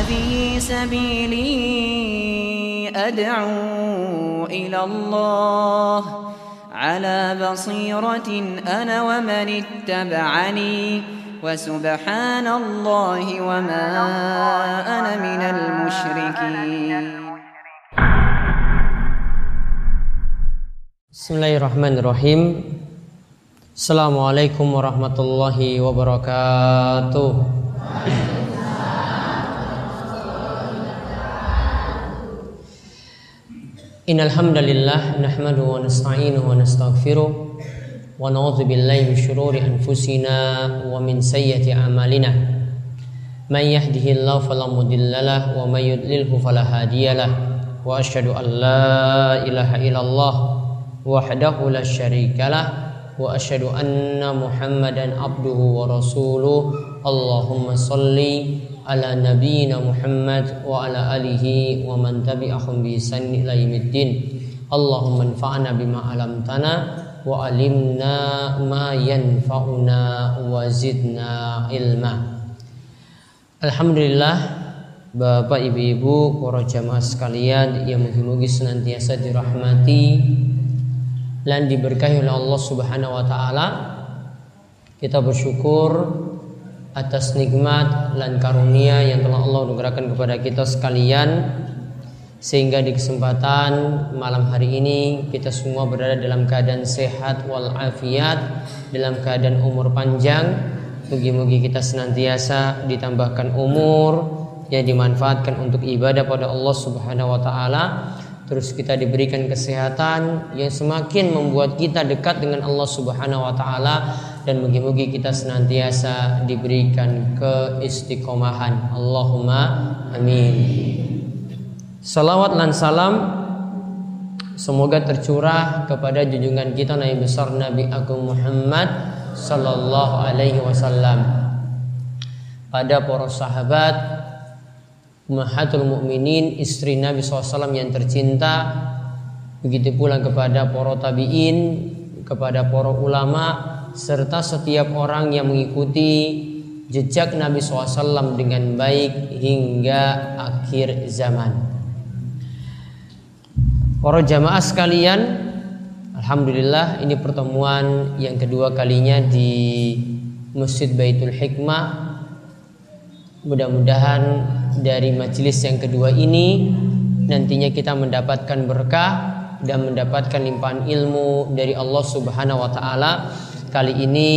هذه سبيلي أدعو إلى الله على بصيرة أنا ومن اتبعني وسبحان الله وما أنا من المشركين. Bismillahirrahmanirrahim. Assalamualaikum warahmatullahi wabarakatuh. Innal hamdalillah nahmaduhu wa nasta'inuhu wa nastaghfiruh wa na'udzu billahi min shururi anfusina wa min sayyiati a'malina. May yahdihillahu fala mudhillalah wa may yudlilhu fala hadiyalah. Wa asyhadu an la ilaha illallah wahdahu la syarikalah wa asyhadu anna Muhammadan abduhu wa rasuluh. Allahumma shalli ala nabiyyina Muhammad wa ala alihi wa man tabi'ahum bi ihsan ila yaumiddin. Allahumma anfa'na bima 'allamtana wa 'allimna ma yanfa'una wa zidna ilma. Alhamdulillah, Bapak Ibu-ibu, para jamaah sekalian yang mugi-mugi senantiasa dirahmati dan diberkahi oleh Allah Subhanahu wa taala. Kita bersyukur atas nikmat dan karunia yang telah Allah anugerahkan kepada kita sekalian, sehingga di kesempatan malam hari ini kita semua berada dalam keadaan sehat walafiat, dalam keadaan umur panjang. Mugi-mugi kita senantiasa ditambahkan umur yang dimanfaatkan untuk ibadah pada Allah Subhanahu wa taala. Terus kita diberikan kesehatan yang semakin membuat kita dekat dengan Allah Subhanahu wa taala, dan mugi-mugi kita senantiasa diberikan keistiqomahan. Allahumma amin. Salawat dan salam semoga tercurah kepada junjungan kita Nabi besar Nabi Agung Muhammad sallallahu alaihi wasallam, pada para sahabat Ummahatul Mukminin, istri Nabi SAW yang tercinta, begitu pula kepada para tabi'in, kepada para ulama, serta setiap orang yang mengikuti jejak Nabi SAW dengan baik hingga akhir zaman. Para jamaah sekalian, alhamdulillah ini pertemuan yang kedua kalinya di Masjid Baitul Hikmah. Mudah-mudahan dari majelis yang kedua ini nantinya kita mendapatkan berkah dan mendapatkan limpahan ilmu dari Allah Subhanahu wa taala. Kali ini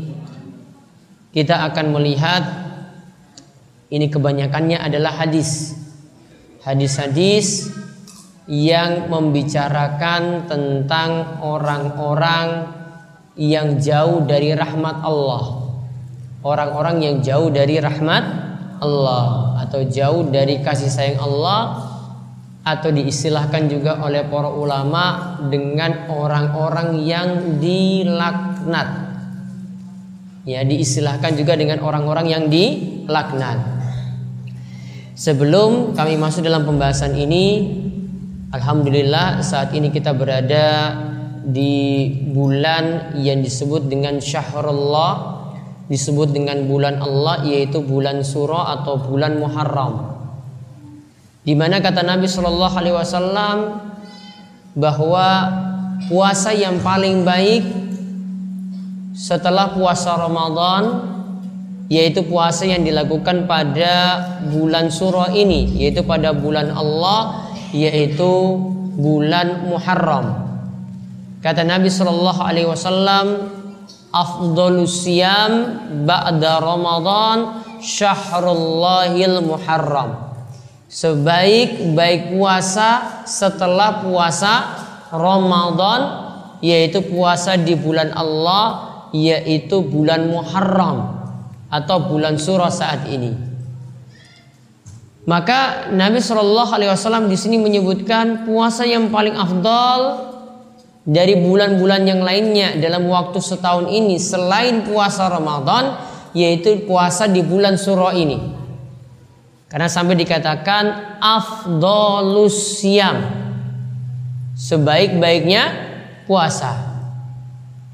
kita akan melihat, ini kebanyakannya adalah hadis-hadis yang membicarakan tentang orang-orang yang jauh dari rahmat Allah, orang-orang yang jauh dari rahmat Allah atau jauh dari kasih sayang Allah, atau diistilahkan juga oleh para ulama dengan orang-orang yang dilaknat. Ya, diistilahkan juga dengan orang-orang yang dilaknat. Sebelum kami masuk dalam pembahasan ini, alhamdulillah saat ini kita berada di bulan yang disebut dengan Syahrullah, disebut dengan bulan Allah, yaitu bulan Surah atau bulan Muharram, di mana kata Nabi Shallallahu Alaihi Wasallam bahwa puasa yang paling baik setelah puasa Ramadan yaitu puasa yang dilakukan pada bulan Surah ini, yaitu pada bulan Allah, yaitu bulan Muharram. Kata Nabi Shallallahu Alaihi Wasallam, afdhalus siyam ba'da Ramadan syahrullahil Muharram. Sebaik-baik puasa setelah puasa Ramadan yaitu puasa di bulan Allah, yaitu bulan Muharram atau bulan Surah saat ini. Maka Nabi Shallallahu Alaihi Wasallam di sini menyebutkan puasa yang paling afdal dari bulan-bulan yang lainnya dalam waktu setahun ini selain puasa Ramadan, yaitu puasa di bulan Surah ini. Karena sampai dikatakan afdhalus siyam, sebaik-baiknya puasa.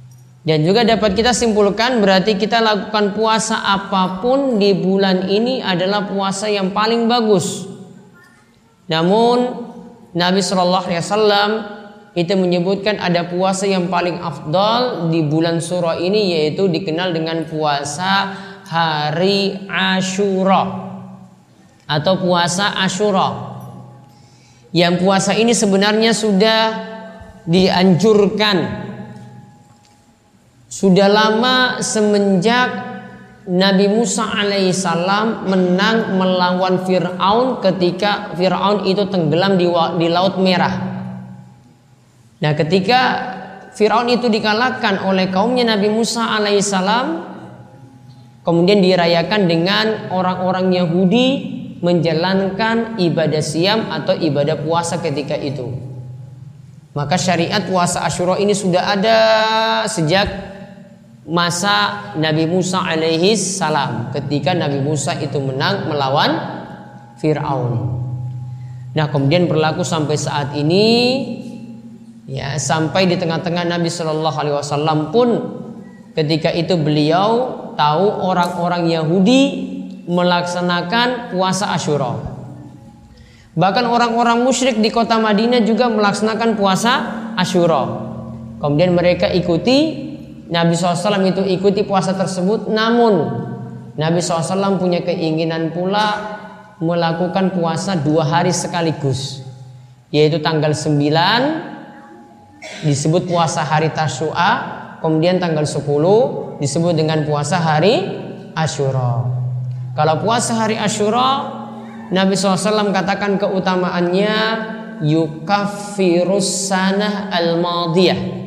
Dan juga dapat kita simpulkan berarti kita lakukan puasa apapun di bulan ini adalah puasa yang paling bagus. Namun Nabi Shallallahu Alaihi Wasallam itu menyebutkan ada puasa yang paling afdal di bulan Suro ini, yaitu dikenal dengan puasa hari Asyura atau puasa Asyura. Yang puasa ini sebenarnya sudah dianjurkan sudah lama semenjak Nabi Musa alaihissalam menang melawan Fir'aun ketika Fir'aun itu tenggelam di Laut Merah. Nah, ketika Fir'aun itu dikalahkan oleh kaumnya Nabi Musa alaihissalam, kemudian dirayakan dengan orang-orang Yahudi menjalankan ibadah siam atau ibadah puasa ketika itu. Maka syariat puasa Asyura ini sudah ada sejak masa Nabi Musa alaihi salam, ketika Nabi Musa itu menang melawan Fir'aun. Nah, kemudian berlaku sampai saat ini, ya, sampai di tengah-tengah Nabi Shallallahu Alaihi Wasallam pun ketika itu beliau tahu orang-orang Yahudi melaksanakan puasa Asyura. Bahkan orang-orang musyrik di kota Madinah juga melaksanakan puasa Asyura. Kemudian mereka ikuti, Nabi SAW itu ikuti puasa tersebut. Namun Nabi SAW punya keinginan pula melakukan puasa 2 hari sekaligus, yaitu tanggal 9 disebut puasa hari Tasyu'a, kemudian tanggal 10 disebut dengan puasa hari Asyura. Kalau puasa hari Asyura, Nabi SAW katakan keutamaannya yukaffirus sanah al-madiyah.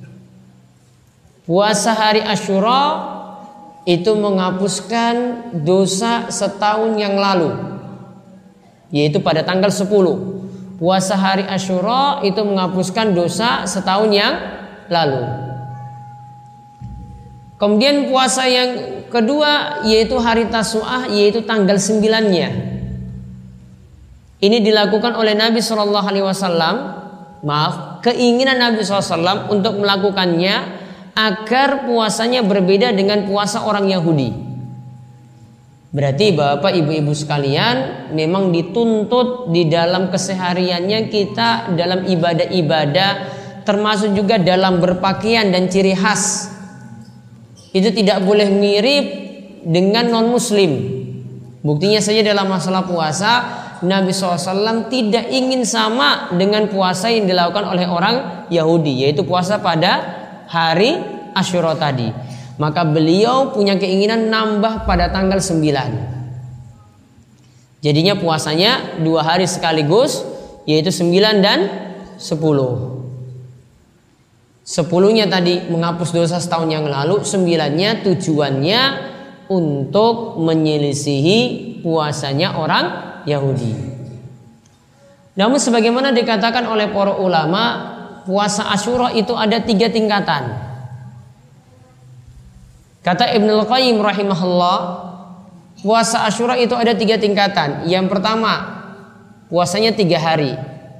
Puasa hari Asyura itu menghapuskan dosa setahun yang lalu, yaitu pada tanggal 10. Puasa hari Asyura itu menghapuskan dosa setahun yang lalu. Kemudian puasa yang kedua yaitu hari Tasyu'ah, yaitu tanggal 9-nya. Ini dilakukan oleh Nabi Shallallahu Alaihi Wasallam. Keinginan Nabi SAW untuk melakukannya agar puasanya berbeda dengan puasa orang Yahudi. Berarti Bapak Ibu-ibu sekalian, memang dituntut di dalam kesehariannya kita dalam ibadah-ibadah, termasuk juga dalam berpakaian dan ciri khas, itu tidak boleh mirip dengan non-muslim. Buktinya saja dalam masalah puasa, Nabi SAW tidak ingin sama dengan puasa yang dilakukan oleh orang Yahudi, yaitu puasa pada hari Asyura tadi. Maka beliau punya keinginan nambah pada tanggal 9. Jadinya puasanya 2 hari sekaligus, yaitu 9 dan 10. 10-nya tadi menghapus dosa setahun yang lalu, 9-nya tujuannya untuk menyelisihi puasanya orang Yahudi. Namun sebagaimana dikatakan oleh para ulama, puasa Asyura itu ada 3 tingkatan. Kata Ibnul Qayyim rahimahullah, puasa Asyura itu ada 3 tingkatan. Yang pertama, puasanya 3 hari,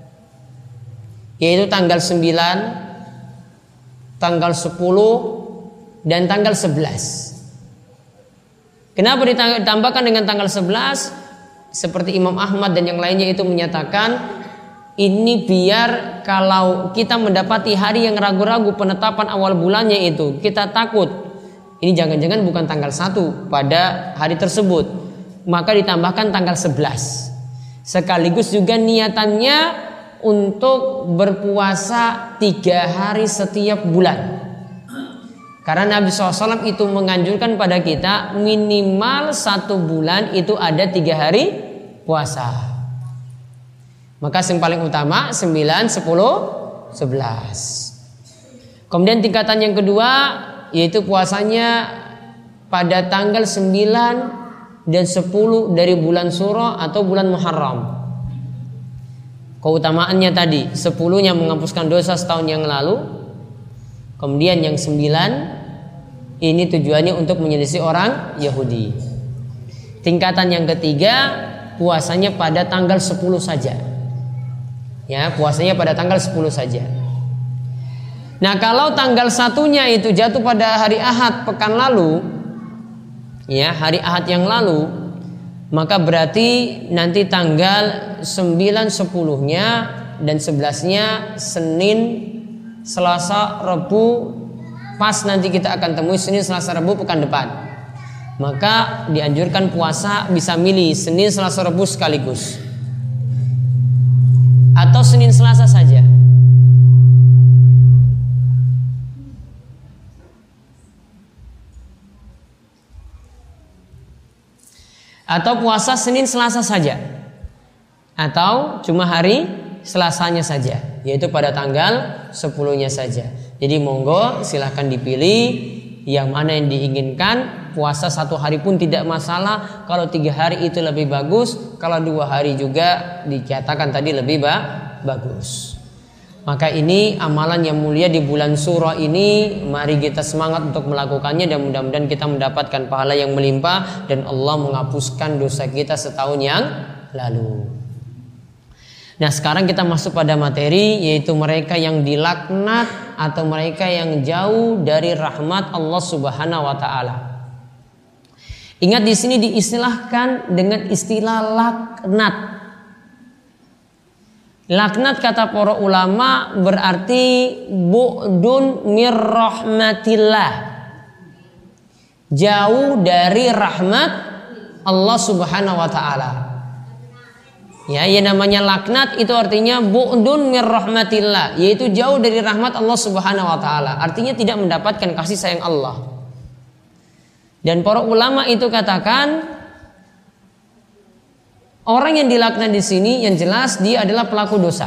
yaitu tanggal 9, tanggal 10, dan tanggal 11. Kenapa ditambahkan dengan tanggal 11? Seperti Imam Ahmad dan yang lainnya itu menyatakan, ini biar kalau kita mendapati hari yang ragu-ragu penetapan awal bulannya itu, kita takut ini jangan-jangan bukan tanggal 1 pada hari tersebut, maka ditambahkan tanggal 11. Sekaligus juga niatannya untuk berpuasa 3 hari setiap bulan. Karena Nabi SAW itu menganjurkan pada kita minimal 1 bulan itu ada 3 hari puasa. Maka yang paling utama 9, 10, 11. Kemudian tingkatan yang kedua yaitu puasanya pada tanggal 9 dan 10 dari bulan Suro atau bulan Muharram. Keutamaannya tadi 10-nya menghapuskan dosa setahun yang lalu. Kemudian yang 9 ini tujuannya untuk menyelisih orang Yahudi. Tingkatan yang ketiga puasanya pada tanggal 10 saja. Ya, puasanya pada tanggal 10 saja. Nah, kalau tanggal 1-nya itu jatuh pada hari Ahad pekan lalu, ya, hari Ahad yang lalu, maka berarti nanti tanggal 9, 10-nya dan 11-nya Senin, Selasa, Rabu, pas nanti kita akan temui Senin, Selasa, Rabu pekan depan. Maka dianjurkan puasa bisa milih Senin, Selasa, Rabu sekaligus, atau Senin, Selasa saja. Atau puasa Senin, Selasa saja, atau cuma hari Selasanya saja, yaitu pada tanggal 10-nya saja. Jadi monggo silahkan dipilih yang mana yang diinginkan. Puasa 1 hari pun tidak masalah. Kalau 3 hari itu lebih bagus. Kalau 2 hari juga dikatakan tadi lebih bagus. Maka ini amalan yang mulia di bulan Syura ini. Mari kita semangat untuk melakukannya, dan mudah-mudahan kita mendapatkan pahala yang melimpah dan Allah menghapuskan dosa kita setahun yang lalu. Nah, sekarang kita masuk pada materi, yaitu mereka yang dilaknat atau mereka yang jauh dari rahmat Allah Subhanahu wa taala. Ingat, di sini diistilahkan dengan istilah laknat. Laknat kata para ulama berarti bu'dun mir rahmatillah, jauh dari rahmat Allah Subhanahu wa taala. Ya, yang namanya laknat itu artinya bu'dun mir rahmatillah, yaitu jauh dari rahmat Allah Subhanahu wa taala. Artinya tidak mendapatkan kasih sayang Allah. Dan para ulama itu katakan orang yang dilaknat di sini yang jelas dia adalah pelaku dosa.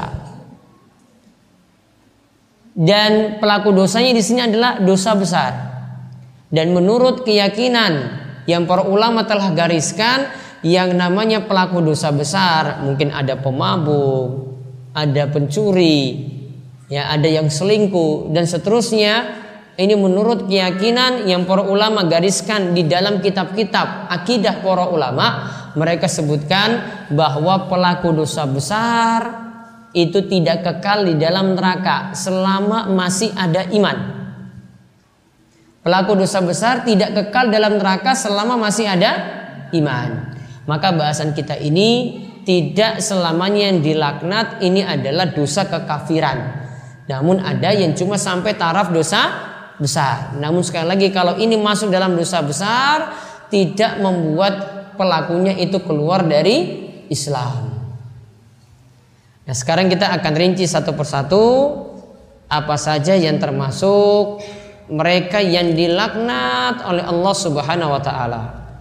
Dan pelaku dosanya di sini adalah dosa besar. Dan menurut keyakinan yang para ulama telah gariskan, yang namanya pelaku dosa besar mungkin ada pemabuk, ada pencuri, ya, ada yang selingkuh dan seterusnya. Ini menurut keyakinan yang para ulama gariskan di dalam kitab-kitab akidah para ulama. Mereka sebutkan bahwa pelaku dosa besar itu tidak kekal di dalam neraka selama masih ada iman. Pelaku dosa besar tidak kekal dalam neraka selama masih ada iman. Maka bahasan kita ini tidak selamanya yang dilaknat ini adalah dosa kekafiran. Namun ada yang cuma sampai taraf dosa besar. Namun sekali lagi, kalau ini masuk dalam dosa besar, tidak membuat pelakunya itu keluar dari Islam. Nah, sekarang kita akan rinci satu persatu apa saja yang termasuk mereka yang dilaknat oleh Allah Subhanahu wa taala.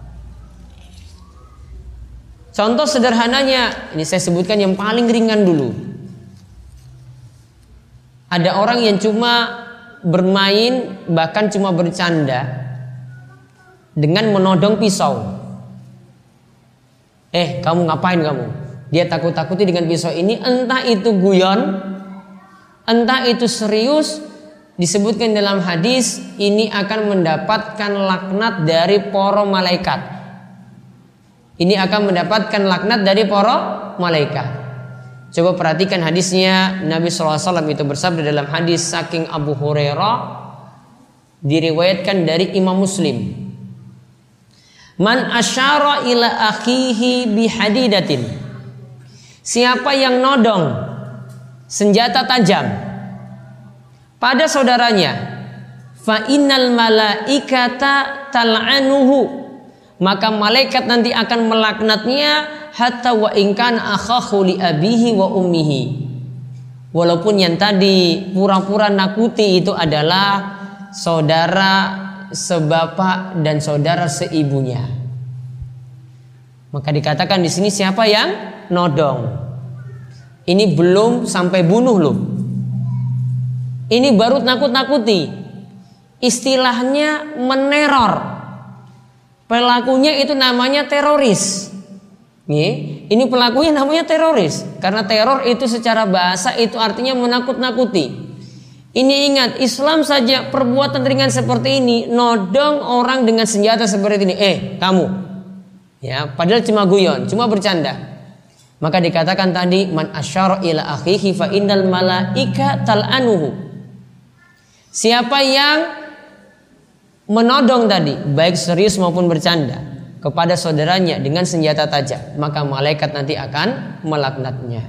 Contoh sederhananya, ini saya sebutkan yang paling ringan dulu. Ada orang yang cuma bermain, bahkan cuma bercanda dengan menodong pisau. Kamu ngapain kamu? Dia takut-takuti dengan pisau ini, entah itu guyon, entah itu serius. Disebutkan dalam hadis ini akan mendapatkan laknat dari para malaikat. Ini akan mendapatkan laknat dari para malaikat. Coba perhatikan hadisnya. Nabi SAW itu bersabda dalam hadis saking Abu Hurairah, diriwayatkan dari Imam Muslim. Man asyara ila akhihi bihadidatin. Siapa yang nodong senjata tajam pada saudaranya, fa innal malaikata tal'anuhu, maka malaikat nanti akan melaknatnya, hatta wa ingkan akhahu li abihi wa ummihi. Walaupun yang tadi pura-pura nakuti itu adalah saudara sebapak dan saudara seibunya. Maka dikatakan di sini siapa yang nodong. Ini belum sampai bunuh loh. Ini baru nakut-nakuti. Istilahnya meneror. Pelakunya itu namanya teroris. Ini pelakunya namanya teroris. Karena teror itu secara bahasa itu artinya menakut-nakuti. Ini ingat, Islam saja perbuatan ringan seperti ini, nodong orang dengan senjata seperti ini. Kamu. Ya, padahal cuma guyon, cuma bercanda. Maka dikatakan tadi man asyara ila akhihi fa innal malaika tal'anuhu. Siapa yang menodong tadi, baik serius maupun bercanda, kepada saudaranya dengan senjata tajam, maka malaikat nanti akan melaknatnya.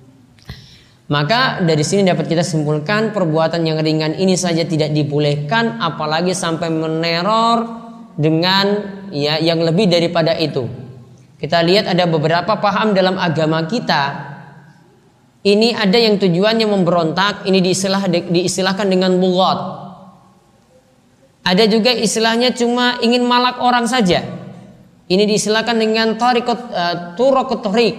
Maka dari sini dapat kita simpulkan perbuatan yang ringan ini saja tidak dibolehkan, apalagi sampai meneror dengan yang lebih daripada itu. Kita lihat ada beberapa paham dalam agama kita. Ini ada yang tujuannya memberontak, ini diistilahkan dengan bughat. Ada juga istilahnya cuma ingin malak orang saja. Ini diistilahkan dengan turakut tariq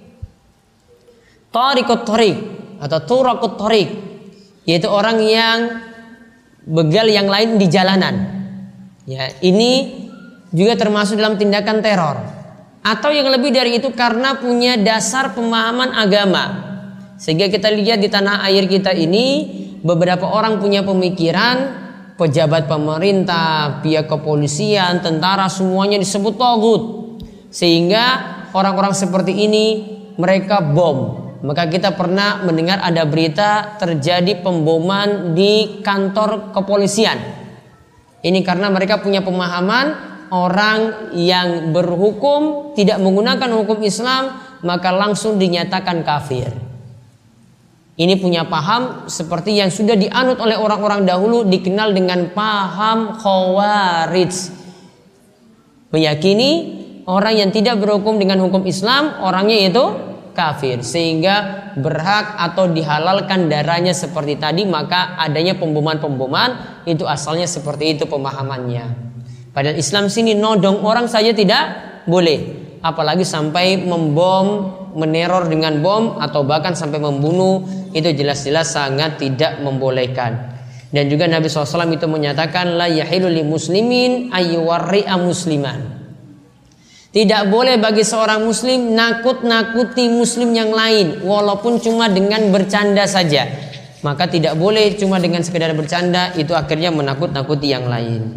atau turakut tariq, yaitu orang yang begal yang lain di jalanan. Ya, ini juga termasuk dalam tindakan teror. Atau yang lebih dari itu karena punya dasar pemahaman agama. Sehingga kita lihat di tanah air kita ini beberapa orang punya pemikiran, pejabat pemerintah, pihak kepolisian, tentara, semuanya disebut taghut. Sehingga orang-orang seperti ini mereka bom. Maka kita pernah mendengar ada berita terjadi pemboman di kantor kepolisian. Ini karena mereka punya pemahaman orang yang berhukum tidak menggunakan hukum Islam maka langsung dinyatakan kafir. Ini punya paham seperti yang sudah dianut oleh orang-orang dahulu, dikenal dengan paham Khawarij. Meyakini orang yang tidak berhukum dengan hukum Islam orangnya itu kafir, sehingga berhak atau dihalalkan darahnya seperti tadi. Maka adanya pemboman-pemboman itu asalnya seperti itu pemahamannya. Padahal Islam sini nodong orang saja tidak boleh, apalagi sampai membom, meneror dengan bom atau bahkan sampai membunuh, itu jelas-jelas sangat tidak membolehkan. Dan juga Nabi SAW itu menyatakan la yahilu li muslimin ayyuwarri'a musliman. Tidak boleh bagi seorang muslim nakut-nakuti muslim yang lain walaupun cuma dengan bercanda saja. Maka tidak boleh cuma dengan sekedar bercanda, itu akhirnya menakut-nakuti yang lain.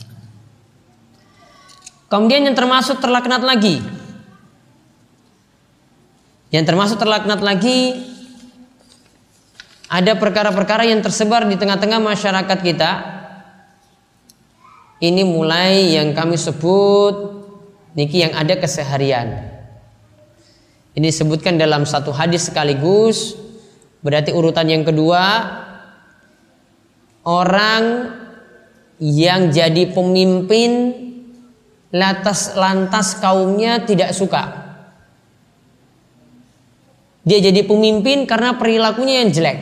Kemudian yang termasuk terlaknat lagi. Yang termasuk terlaknat lagi, ada perkara-perkara yang tersebar di tengah-tengah masyarakat kita. Ini mulai yang kami sebut niki yang ada keseharian. Ini disebutkan dalam satu hadis sekaligus. Berarti urutan yang kedua, orang yang jadi pemimpin lantas kaumnya tidak suka. Dia jadi pemimpin karena perilakunya yang jelek.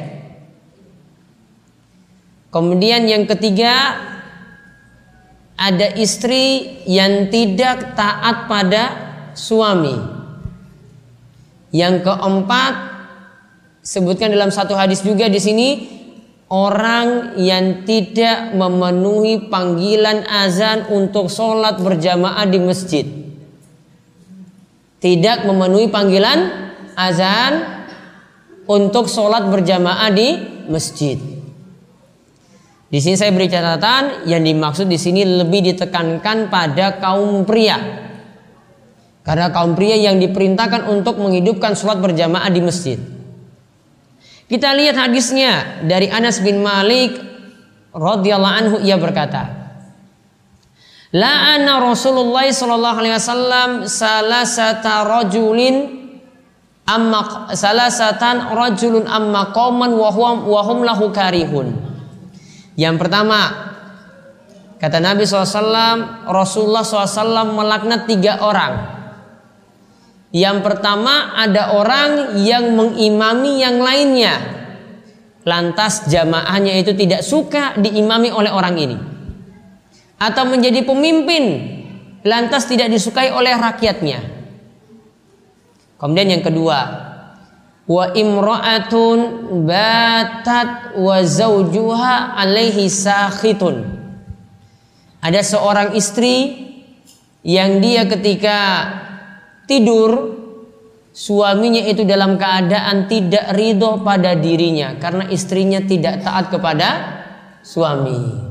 Kemudian yang ketiga, ada istri yang tidak taat pada suami. Yang keempat, sebutkan dalam satu hadis juga di sini, orang yang tidak memenuhi panggilan azan untuk sholat berjamaah di masjid. Tidak memenuhi panggilan azan untuk sholat berjamaah di masjid. Di sini saya beri catatan, yang dimaksud di sini lebih ditekankan pada kaum pria. Karena kaum pria yang diperintahkan untuk menghidupkan sholat berjamaah di masjid. Kita lihat hadisnya dari Anas bin Malik radhiyallahu anhu, ia berkata, la'ana Rasulullah sallallahu alaihi wasallam salasatan rajulun amma qauman wa hum lahu karihun. Yang pertama, kata Nabi SAW, Rasulullah SAW melaknat 3 orang. Yang pertama, ada orang yang mengimami yang lainnya, lantas jamaahnya itu tidak suka diimami oleh orang ini. Atau menjadi pemimpin, lantas tidak disukai oleh rakyatnya. Kemudian yang kedua, wa imra'atun batat wa zawjuha alaihi sakhitun. Ada seorang istri yang dia ketika tidur, suaminya itu dalam keadaan tidak ridho pada dirinya karena istrinya tidak taat kepada suami.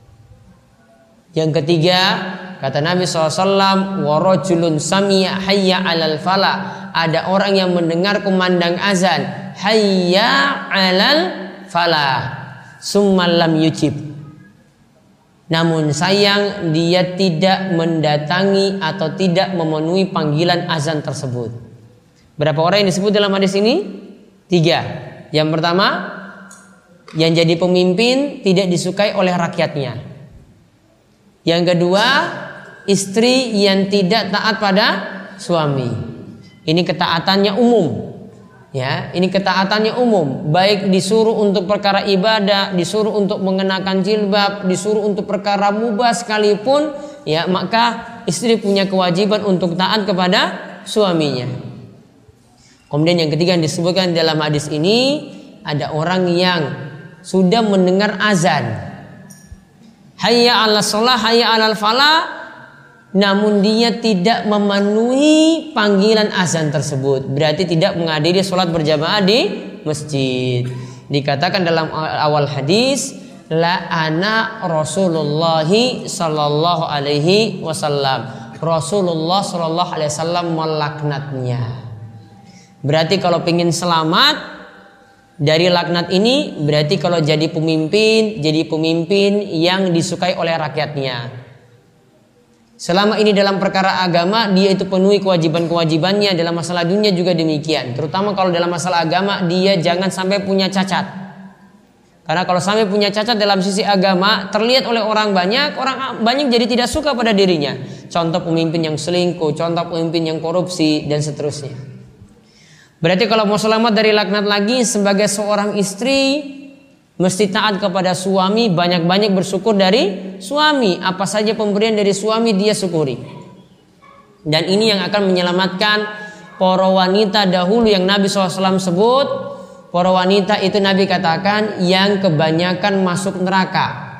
Yang ketiga, kata Nabi SAW, wa rajulun sami'a hayya 'alal falah. Ada orang yang mendengar kumandang azan, hayya 'alal falah. summa lam yujib. Namun sayang dia tidak mendatangi atau tidak memenuhi panggilan azan tersebut. Berapa orang yang disebut dalam hadis ini? 3. Yang pertama, yang jadi pemimpin tidak disukai oleh rakyatnya. Yang kedua, istri yang tidak taat pada suami. Ini ketaatannya umum. Ya, ini ketaatannya umum, baik disuruh untuk perkara ibadah, disuruh untuk mengenakan jilbab, disuruh untuk perkara mubah sekalipun, ya, maka istri punya kewajiban untuk taat kepada suaminya. Kemudian yang ketiga yang disebutkan dalam hadis ini, ada orang yang sudah mendengar azan, hayya 'alas shalah, hayya 'alal falah, namun dia tidak memenuhi panggilan azan tersebut, berarti tidak menghadiri sholat berjamaah di masjid. Dikatakan dalam awal hadis, la'ana Rasulullah sallallahu alaihi wasallam. Rasulullah sallallahu alaihi wasallam melaknatnya. Berarti kalau ingin selamat dari laknat ini, berarti kalau jadi pemimpin yang disukai oleh rakyatnya. Selama ini dalam perkara agama dia itu penuhi kewajiban-kewajibannya, dalam masalah dunia juga demikian. Terutama kalau dalam masalah agama dia jangan sampai punya cacat. Karena kalau sampai punya cacat dalam sisi agama terlihat oleh orang banyak jadi tidak suka pada dirinya. Contoh pemimpin yang selingkuh, contoh pemimpin yang korupsi dan seterusnya. Berarti kalau mau selamat dari laknat lagi, sebagai seorang istri mesti taat kepada suami, banyak-banyak bersyukur dari suami. Apa saja pemberian dari suami dia syukuri. Dan ini yang akan menyelamatkan para wanita dahulu yang Nabi SAW sebut. Para wanita itu Nabi katakan yang kebanyakan masuk neraka.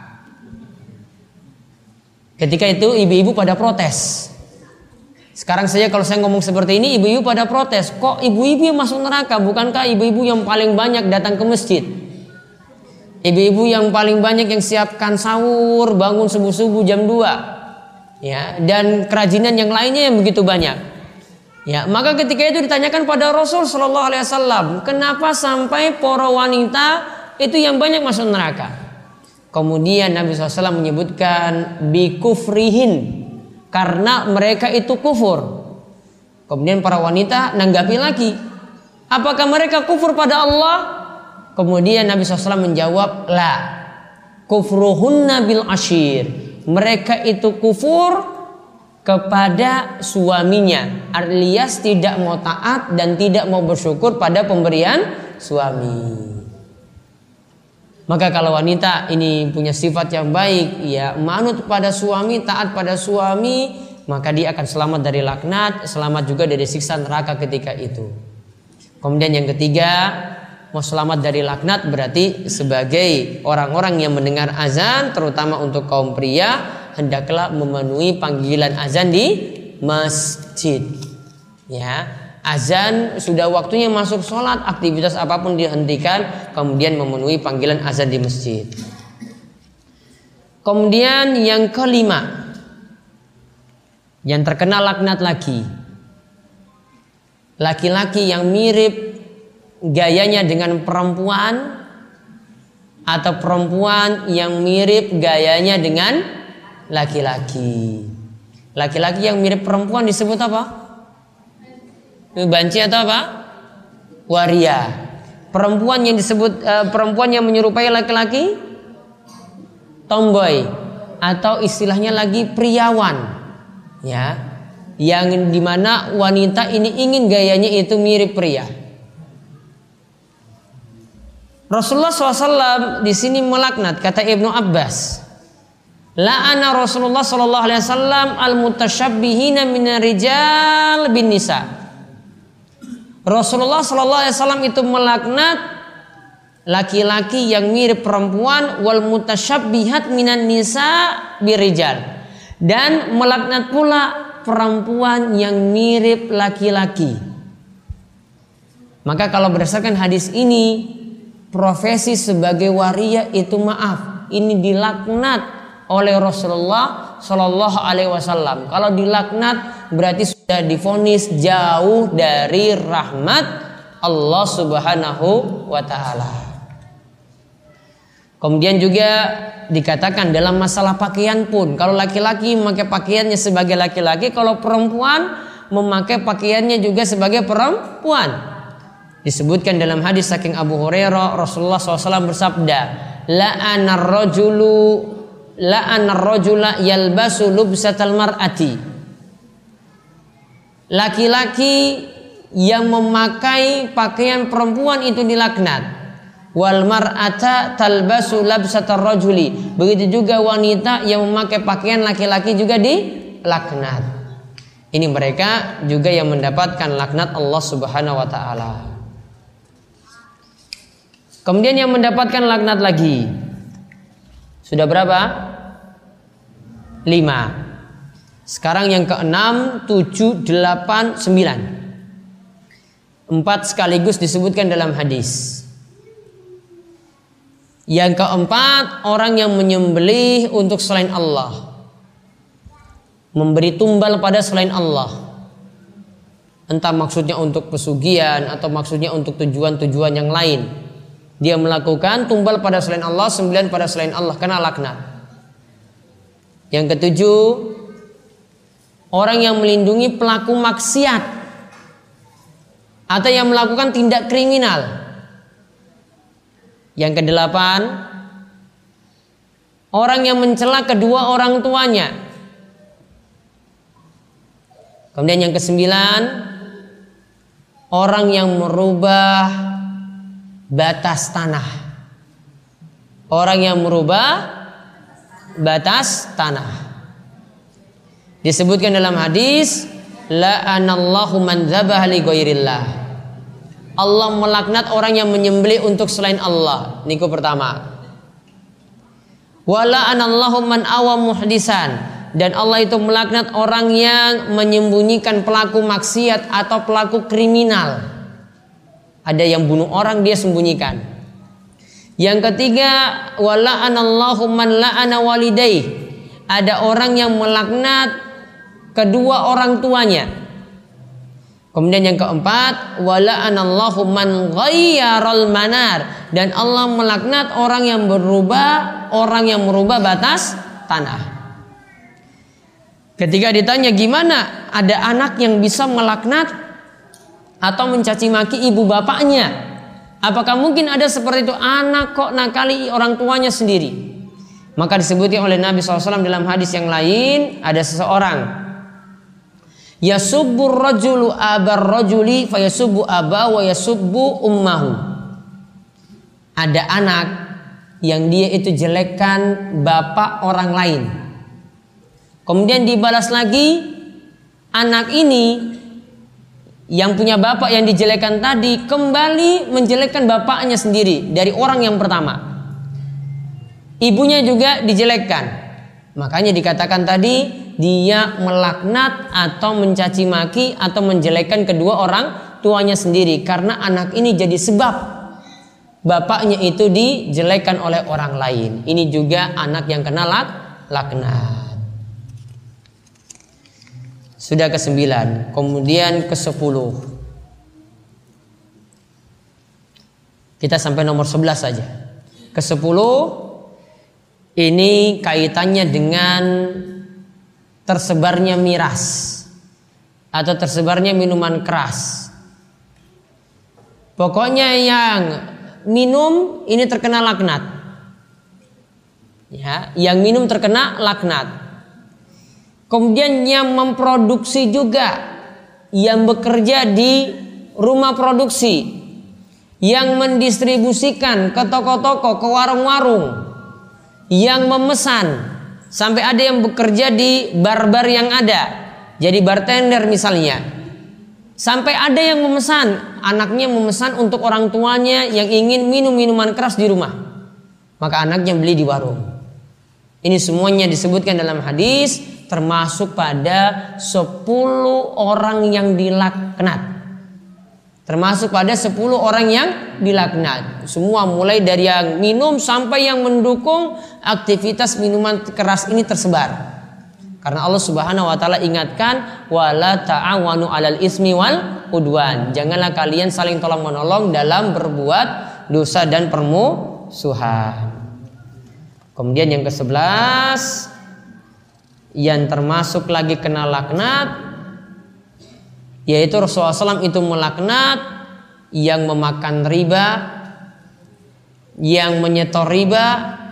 Ketika itu ibu-ibu pada protes. Sekarang saja kalau saya ngomong seperti ini, ibu-ibu pada protes. Kok ibu-ibu yang masuk neraka? Bukankah ibu-ibu yang paling banyak datang ke masjid? Ibu-ibu yang paling banyak yang siapkan sahur, bangun subuh-subuh jam 2. Ya, dan kerajinan yang lainnya yang begitu banyak. Ya, maka ketika itu ditanyakan pada Rasul sallallahu alaihi wasallam, kenapa sampai para wanita itu yang banyak masuk neraka? Kemudian Nabi SAW menyebutkan bikufrihin, karena mereka itu kufur. Kemudian para wanita nanggapi lagi, apakah mereka kufur pada Allah? Kemudian Nabi SAW menjawab, la, kufruhunna bil ashir. Mereka itu kufur kepada suaminya, alias tidak mau taat dan tidak mau bersyukur pada pemberian suami. Maka kalau wanita ini punya sifat yang baik, ya manut pada suami, taat pada suami, maka dia akan selamat dari laknat, selamat juga dari siksa neraka ketika itu. Kemudian yang ketiga, mau selamat dari laknat berarti sebagai orang-orang yang mendengar azan, terutama untuk kaum pria, hendaklah memenuhi panggilan azan di masjid. Ya, azan sudah waktunya masuk sholat, aktivitas apapun dihentikan, kemudian memenuhi panggilan azan di masjid. Kemudian yang kelima, yang terkena laknat lagi, laki-laki yang mirip gayanya dengan perempuan, atau perempuan yang mirip gayanya dengan laki-laki. Laki-laki yang mirip perempuan disebut apa? Banci atau apa? Waria. Perempuan yang disebut perempuan yang menyerupai laki-laki, tomboy, atau istilahnya lagi priawan. Ya, yang dimana wanita ini ingin gayanya itu mirip pria. Rasulullah SAW di sini melaknat, kata Ibnu Abbas, la'ana Rasulullah SAW al-mutasyabbihina minar rijal bin nisa. Rasulullah SAW itu melaknat laki-laki yang mirip perempuan, wal mutasyabbihat minan nisa birijal, dan melaknat pula perempuan yang mirip laki-laki. Maka kalau berdasarkan hadis ini, profesi sebagai waria itu maaf, ini dilaknat oleh Rasulullah Shallallahu Alaihi Wasallam. Kalau dilaknat berarti sudah divonis jauh dari rahmat Allah Subhanahu Wa Taala. Kemudian juga dikatakan dalam masalah pakaian pun, kalau laki-laki memakai pakaiannya sebagai laki-laki, kalau perempuan memakai pakaiannya juga sebagai perempuan. Disebutkan dalam hadis saking Abu Hurairah, Rasulullah SAW bersabda, la'anar rajula yalbasu lubsatal mar'ati. Laki-laki yang memakai pakaian perempuan itu dilaknat. Wal mar'ata talbasu labsatar rajuli. Begitu juga wanita yang memakai pakaian laki-laki juga dilaknat. Ini mereka juga yang mendapatkan laknat Allah Subhanahu wa taala. Kemudian yang mendapatkan laknat lagi. Sudah berapa? 5. Sekarang yang ke-6, 7, 8, 9. 4 sekaligus disebutkan dalam hadis. Yang keempat, orang yang menyembelih untuk selain Allah, memberi tumbal pada selain Allah, entah maksudnya untuk pesugihan atau maksudnya untuk tujuan-tujuan yang lain. Dia melakukan tumbal pada selain Allah, sembelihan pada selain Allah, kena laknat. Yang ketujuh, orang yang melindungi pelaku maksiat atau yang melakukan tindak kriminal. Yang kedelapan, orang yang mencela kedua orang tuanya. Kemudian yang kesembilan, orang yang merubah batas tanah. Orang yang merubah batas tanah. Disebutkan dalam hadis, la'anallahu man dzabaha li ghairillah. Allah melaknat orang yang menyembelih untuk selain Allah. Niku pertama. Wala anallahu man awa muhdisan. Dan Allah itu melaknat orang yang menyembunyikan pelaku maksiat atau pelaku kriminal. Ada yang bunuh orang dia sembunyikan. Yang ketiga, wala anallahu man la'ana walidayh. Ada orang yang melaknat kedua orang tuanya. Kemudian yang keempat, wala anallahu man ghayyaral manar. Dan Allah melaknat orang yang merubah batas tanah. Ketika ditanya gimana ada anak yang bisa melaknat atau mencaci maki ibu bapaknya, apakah mungkin ada seperti itu? Anak kok nakali orang tuanya sendiri. Maka disebutkan oleh Nabi SAW dalam hadis yang lain, ada seseorang yasubbur rajulu abar rajuli fayasubbu aba wa yasubbu ummahu. Ada anak yang dia itu jelekkan bapak orang lain. Kemudian dibalas lagi, anak ini yang punya bapak yang dijelekkan tadi kembali menjelekkan bapaknya sendiri dari orang yang pertama. Ibunya juga dijelekkan. Makanya dikatakan tadi dia melaknat atau mencaci maki atau menjelekkan kedua orang tuanya sendiri, karena anak ini jadi sebab bapaknya itu dijelekkan oleh orang lain. Ini juga anak yang kena laknat. Sudah ke-9, kemudian ke-10. Kita sampai nomor 11 saja. Ke-10 ini kaitannya dengan tersebarnya miras atau tersebarnya minuman keras. Pokoknya yang minum ini terkena laknat. Ya, yang minum terkena laknat. Kemudian yang memproduksi juga, yang bekerja di rumah produksi, yang mendistribusikan ke toko-toko, ke warung-warung, yang memesan, sampai ada yang bekerja di bar-bar yang ada, jadi bartender misalnya. Sampai ada yang memesan, anaknya memesan untuk orang tuanya yang ingin minum minuman keras di rumah, maka anaknya beli di warung. Ini semuanya disebutkan dalam hadis, termasuk pada 10 orang yang dilaknat. Termasuk pada 10 orang yang dilaknat. Semua mulai dari yang minum sampai yang mendukung aktivitas minuman keras ini tersebar. Karena Allah Subhanahu wa taala ingatkan, wala ta'awanu 'alal ismi wal udwan. Janganlah kalian saling tolong-menolong dalam berbuat dosa dan permusuhan. Kemudian yang ke-11 yang termasuk lagi kena laknat, yaitu Rasulullah SAW itu melaknat yang memakan riba, yang menyetor riba,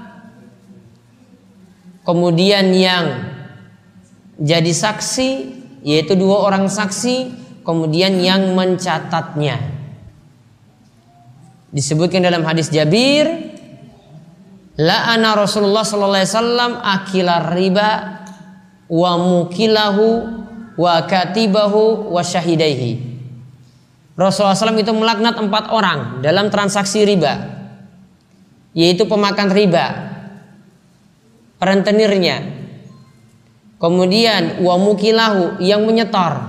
kemudian yang jadi saksi, yaitu 2 orang saksi, kemudian yang mencatatnya. Disebutkan dalam hadis Jabir, la'ana Rasulullah sallallahu alaihi wasallam akilar riba wa mukilahu wa katibahu wa syahidaihi. Rasulullah SAW itu melaknat 4 orang dalam transaksi riba, yaitu pemakan riba, perentenirnya, kemudian wa mukilahu yang menyetor,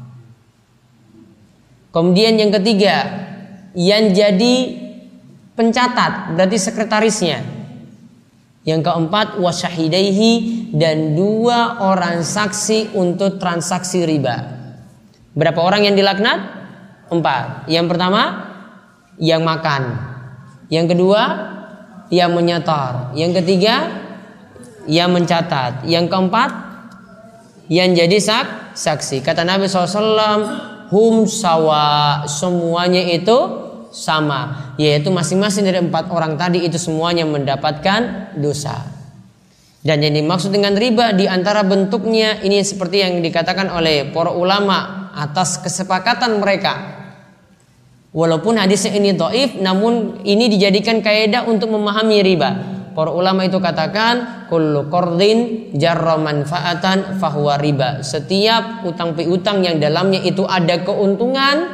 kemudian yang ketiga yang jadi pencatat, berarti sekretarisnya, yang keempat wa syahidaihi, dan 2 orang saksi untuk transaksi riba. Berapa orang yang dilaknat? 4. Yang pertama yang makan, yang kedua yang menyetor, yang ketiga yang mencatat, yang keempat yang jadi saksi. Kata Nabi SAW, hum sawa, semuanya itu sama, yaitu masing-masing dari 4 orang tadi itu semuanya mendapatkan dosa. Dan yang dimaksud dengan riba di antara bentuknya ini seperti yang dikatakan oleh para ulama atas kesepakatan mereka. Walaupun hadisnya ini dhaif, namun ini dijadikan kaidah untuk memahami riba. Para ulama itu katakan kullu qardin jarra manfaatan fahuwa riba. Setiap utang piutang yang dalamnya itu ada keuntungan,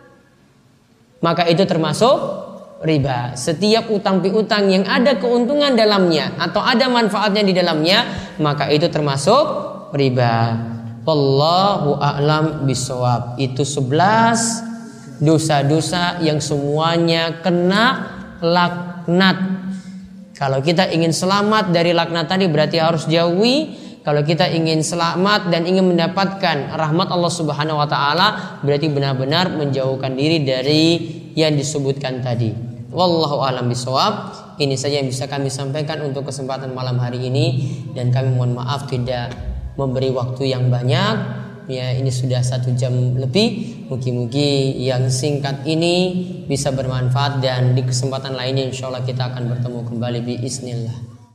maka itu termasuk riba. Setiap utang piutang yang ada keuntungan dalamnya atau ada manfaatnya di dalamnya, maka itu termasuk riba. Wallahu a'lam bishawab. Itu 11 dosa-dosa yang semuanya kena laknat. Kalau kita ingin selamat dari laknat tadi berarti harus jauhi. Kalau kita ingin selamat dan ingin mendapatkan rahmat Allah Subhanahu wa taala, berarti benar-benar menjauhkan diri dari yang disebutkan tadi. Wallahu a'lam bishawab. Ini saja yang bisa kami sampaikan untuk kesempatan malam hari ini, dan kami mohon maaf tidak memberi waktu yang banyak. Ya, ini sudah 1 jam lebih. Mugi-mugi yang singkat ini bisa bermanfaat, dan di kesempatan lainnya insyaallah kita akan bertemu kembali biiznillah.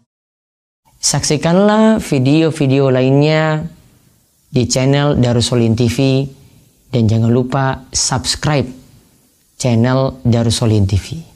Saksikanlah video-video lainnya di channel Darussolin TV, dan jangan lupa subscribe channel Darussolin TV.